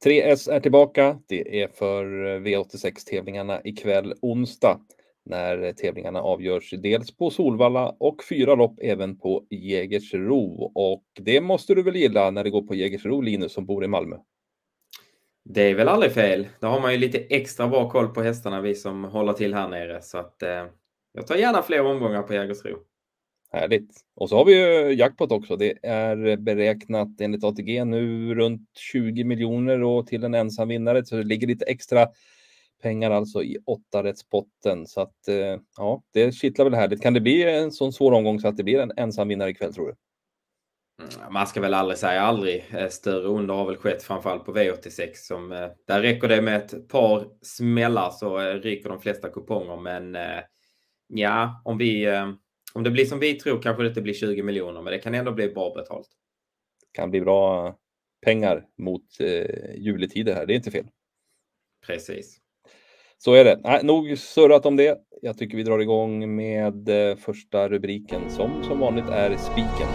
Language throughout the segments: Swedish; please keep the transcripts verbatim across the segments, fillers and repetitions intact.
tre S är tillbaka. Det är för V åttiosex-tävlingarna ikväll onsdag när tävlingarna avgörs dels på Solvalla och fyra lopp även på Jägersro. Och det måste du väl gilla när det går på Jägersro, Linus, som bor i Malmö? Det är väl aldrig fel. Då har man ju lite extra bra koll på hästarna, vi som håller till här nere. Så att eh, jag tar gärna fler omgångar på Jägersro. Härligt. Och så har vi ju jackpot också. Det är beräknat enligt A T G nu runt tjugo miljoner och till en ensam vinnare. Så det ligger lite extra pengar alltså i åttarättspotten. Så att ja, det kittlar väl härligt. Kan det bli en sån svår omgång så att det blir en ensam vinnare ikväll, tror du? Man ska väl aldrig säga aldrig. Större under har väl skett framförallt på V åttiosex. Som, där räcker det med ett par smällar så ryker de flesta kuponger. Men ja, om, vi, om det blir som vi tror kanske det inte blir tjugo miljoner. Men det kan ändå bli bra betalt. Det kan bli bra pengar mot eh, juletider här. Det är inte fel. Precis. Så är det. Nej, nog surrat om det. Jag tycker vi drar igång med eh, första rubriken som som vanligt är spiken.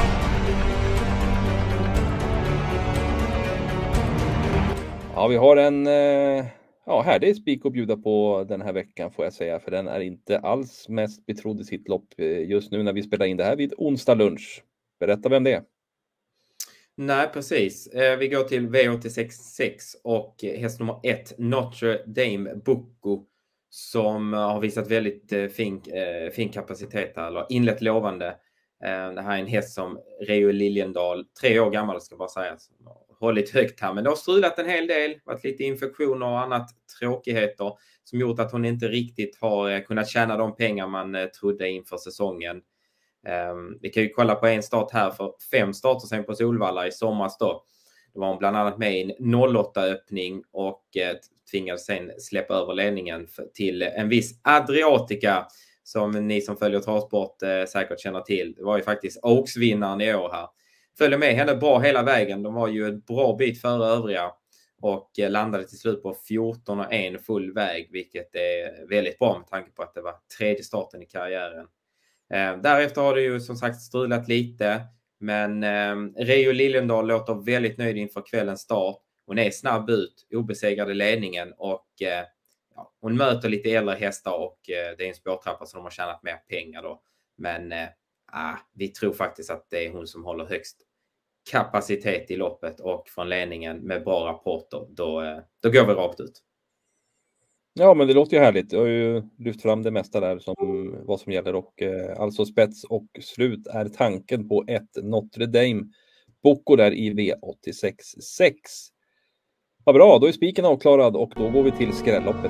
Ja, vi har en eh, ja, härlig spik att bjuda på den här veckan, får jag säga. För den är inte alls mest betrodd i sitt lopp just nu när vi spelar in det här vid onsdag lunch. Berätta vem det är. Nej, precis. Vi går till V åttiosex sex och häst nummer ett, Notre Dame Bocco, som har visat väldigt fin, fin kapacitet här, eller inlett lovande. Det här är en häst som Reo Liljendahl, tre år gammal ska bara säga, hållit högt här. Men det har strulat en hel del, varit lite infektioner och annat tråkigheter som gjort att hon inte riktigt har kunnat tjäna de pengar man trodde inför säsongen. Um, vi kan ju kolla på en start här för fem starter sen på Solvalla i somras då. Då var hon bland annat med i en noll åtta-öppning och eh, tvingades sen släppa över ledningen för, till en viss Adriatica som ni som följer travsport eh, säkert känner till. Det var ju faktiskt Oaks-vinnaren i år här. Följer med henne bra hela vägen. De var ju ett bra bit före övriga och eh, landade till slut på fjorton och en full väg, vilket är väldigt bra med tanke på att det var tredje starten i karriären. Eh, därefter har det ju som sagt strulat lite, men eh, Reo Liljendahl låter väldigt nöjd inför kvällens start. Hon är snabb ut, obesegrad i ledningen och eh, ja, hon möter lite äldre hästar och eh, det är en spårtrappa som de har tjänat mer pengar då. Men eh, vi tror faktiskt att det är hon som håller högst kapacitet i loppet och från ledningen med bra rapporter, då, eh, då går vi rakt ut. Ja, men det låter ju härligt. Jag har ju lyft fram det mesta där som vad som gäller och eh, alltså spets och slut är tanken på ett Notre Dame Bocco där i V åttiosex sex. Ja, bra, då är spiken avklarad och då går vi till skrälloppet.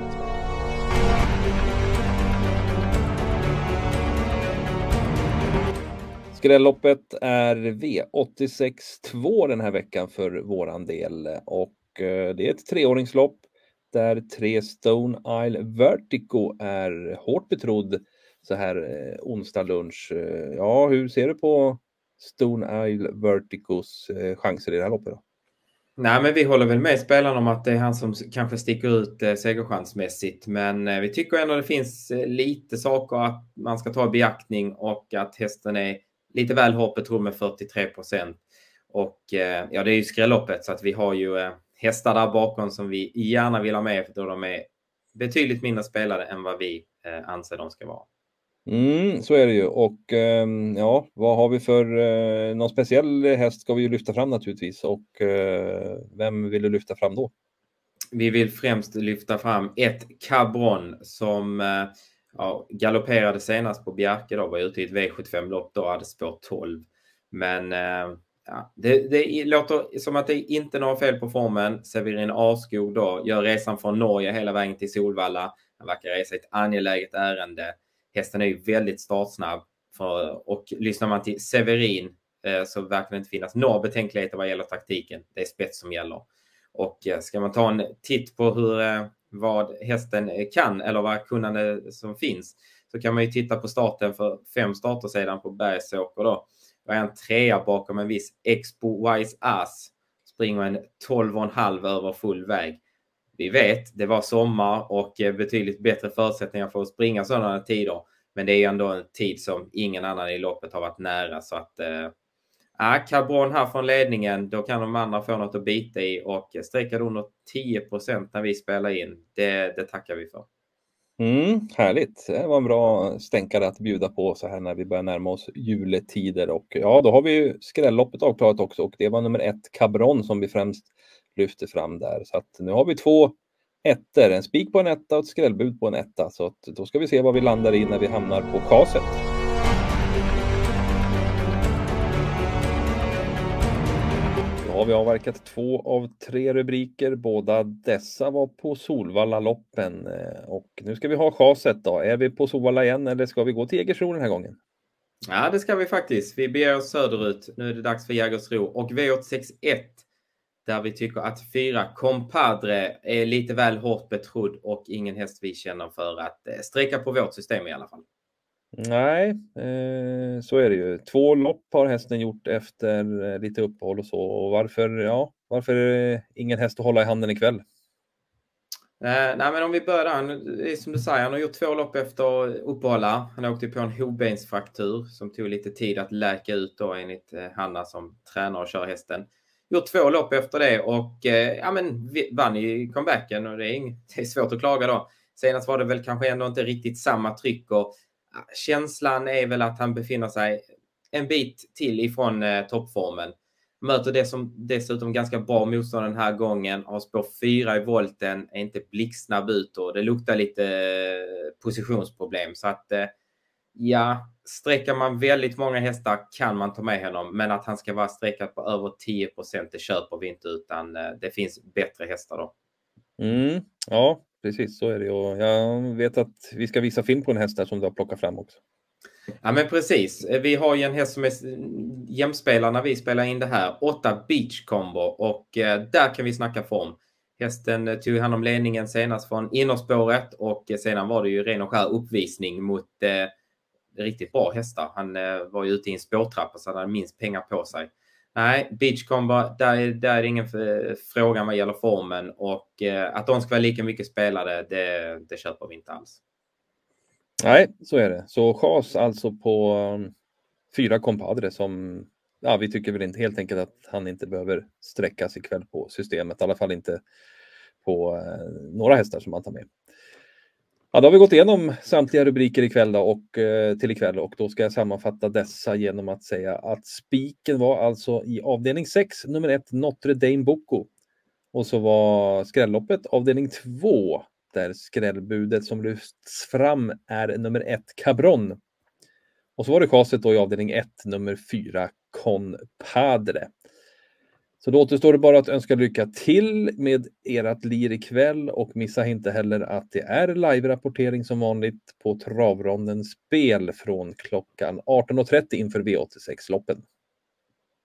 Skrälloppet är V åttiosex två den här veckan för våran del och eh, det är ett treåringslopp där tre Stone Isle Vertigo är hårt betrodd så här eh, onsdag lunch. Ja, hur ser du på Stone Isle Vertigos eh, chanser i det här loppet då? Nej, men vi håller väl med spelarna om att det är han som kanske sticker ut eh, segerchansmässigt. Men eh, vi tycker ändå det finns eh, lite saker att man ska ta i beaktning och att hästen är lite väl hårt betrodd med fyrtiotre procent. Och eh, ja, det är ju skrälloppet så att vi har ju eh, hästar där bakom som vi gärna vill ha med för då de är betydligt mindre spelade än vad vi eh, anser de ska vara. Mm, så är det ju. Och eh, ja, vad har vi för eh, någon speciell häst ska vi ju lyfta fram naturligtvis. Och eh, vem vill du lyfta fram då? Vi vill främst lyfta fram ett Cabron som eh, ja, galopperade senast på Bjerke då, var ute i ett V sjuttiofem-lopp då, hade spår tolv. Men eh, ja, det, det låter som att det inte är något fel på formen. Severin Arskog då gör resan från Norge hela vägen till Solvalla. Han verkar resa ett angeläget ärende. Hästen är ju väldigt startsnabb för, och lyssnar man till Severin eh, så verkar det inte finnas några betänkligheter vad gäller taktiken. Det är spets som gäller. Och eh, ska man ta en titt på hur, eh, vad hästen kan eller vad kunnande som finns så kan man ju titta på starten för fem starter sedan på Bergsåker då. Var en trea bakom en viss Expo Wise Ass. Springer en tolv och en halv över full väg. Vi vet, det var sommar och betydligt bättre förutsättningar för att springa sådana tider. Men det är ändå en tid som ingen annan i loppet har varit nära. Så att, eh, Ja, Cabron här från ledningen, då kan de andra få något att bita i och sträcker under tio procent när vi spelar in. Det, det tackar vi för. Mm, härligt. Det var en bra stänkare att bjuda på så här när vi börjar närma oss juletider. Och ja, då har vi ju skrälloppet avklarat också och det var nummer ett Cabron som vi främst lyfte fram där. Så att nu har vi två ettor, en spik på en etta och ett skrällbud på en etta. Så att då ska vi se vad vi landar i när vi hamnar på kaset. Då har vi avverkat två av tre rubriker. Båda dessa var på Solvalla-loppen. Och nu ska vi ha chaset då. Är vi på Solvalla igen eller ska vi gå till Jägersro den här gången? Ja, det ska vi faktiskt. Vi beger oss söderut. Nu är det dags för Jägersro. Och V åttiosex ett, där vi tycker att fyra Compadre är lite väl hårt betrodd och ingen häst vi känner för att sträcka på vårt system i alla fall. Nej, eh, så är det ju. Två lopp har hästen gjort efter eh, lite uppehåll och så. Och varför, ja, varför är det ingen häst att hålla i handen ikväll? Eh, nej, men om vi börjar, han, det är som du säger, han har gjort två lopp efter uppehålla. Han åkte på en hovbensfraktur som tog lite tid att läka ut då enligt eh, Hanna som tränar och kör hästen. Gjort två lopp efter det och eh, ja, men vann i comebacken och det är, inget, det är svårt att klaga då. Senast var det väl kanske ändå inte riktigt samma tryck och ja, känslan är väl att han befinner sig en bit till ifrån eh, toppformen. Möter det som dessutom ganska bra motstånd den här gången. Har spår fyra i volten. Är inte blixtsnabb ut och det luktar lite positionsproblem. Så att ja, sträcker man väldigt många hästar kan man ta med honom. Men att han ska vara sträckad på över tio procent det köper vi inte utan det finns bättre hästar då. Mm, ja, precis så är det. Och jag vet att vi ska visa film på en häst där som du har plockat fram också. Ja, men precis. Vi har ju en häst som är jämspelare när vi spelar in det här. Åtta Beach Combo och eh, där kan vi snacka form. Hästen tog hand om ledningen senast från innerspåret och eh, sedan var det ju ren och skär uppvisning mot eh, riktigt bra hästar. Han eh, var ju ute i en spårtrappa så han hade minst pengar på sig. Nej, Beach Combo, där, där är det ingen fråga vad gäller formen och eh, att de ska vara lika mycket spelade, det, det köper vi inte alls. Nej, så är det. Så chas alltså på um, fyra Compadre som, ja, vi tycker väl inte helt enkelt att han inte behöver sträckas ikväll på systemet. I alla fall inte på uh, några hästar som man tar med. Ja, då har vi gått igenom samtliga rubriker ikväll då och uh, till ikväll och då ska jag sammanfatta dessa genom att säga att spiken var alltså i avdelning sex, nummer ett, Notre Dame Bocco. Och så var skrälloppet avdelning två. Där skrällbudet som lyfts fram är nummer ett Cabron. Och så var det chaset då i avdelning ett, nummer fyra Compadre. Så då återstår det bara att önska lycka till med ert lir ikväll och missa inte heller att det är live-rapportering som vanligt på Travronden Spel från klockan arton och trettio inför V åttiosex-loppen.